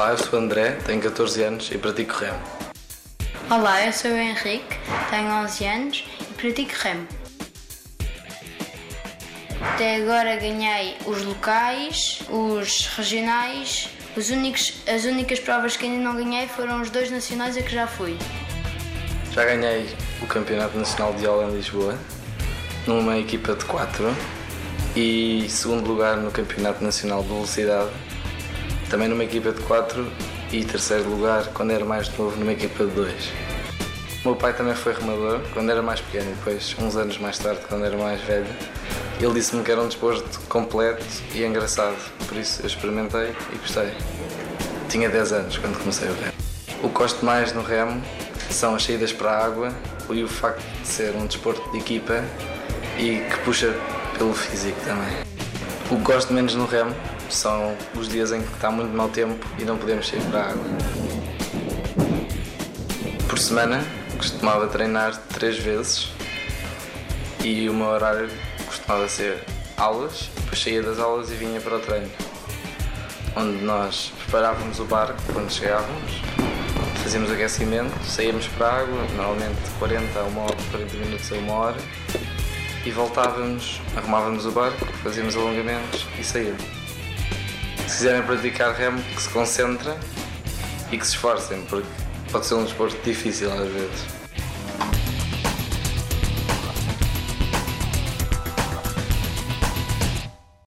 Olá, eu sou o André, tenho 14 anos e pratico remo. Olá, eu sou o Henrique, tenho 11 anos e pratico remo. Até agora ganhei os locais, os regionais, as únicas provas que ainda não ganhei foram os 2 nacionais a que já fui. Já ganhei o Campeonato Nacional de Yola em Lisboa, numa equipa de 4, e segundo lugar no Campeonato Nacional de Velocidade, também numa equipa de 4, e terceiro lugar quando era mais novo numa equipa de 2. O meu pai também foi remador quando era mais pequeno e depois, uns anos mais tarde, quando era mais velho, ele disse-me que era um desporto completo e engraçado, por isso eu experimentei e gostei. Tinha 10 anos quando comecei o remo. O que gosto mais no remo são as saídas para a água e o facto de ser um desporto de equipa e que puxa pelo físico também. O que gosto menos no remo são os dias em que está muito mau tempo e não podemos sair para a água. Por semana costumava treinar 3 vezes e o meu horário costumava ser aulas, depois saía das aulas e vinha para o treino, onde nós preparávamos o barco quando chegávamos, fazíamos aquecimento, saíamos para a água, normalmente 40 minutos a 1 hora, e voltávamos, arrumávamos o barco, fazíamos alongamentos e saíamos. Se quiserem praticar remo, que se concentrem e que se esforcem, porque pode ser um desporto difícil às vezes.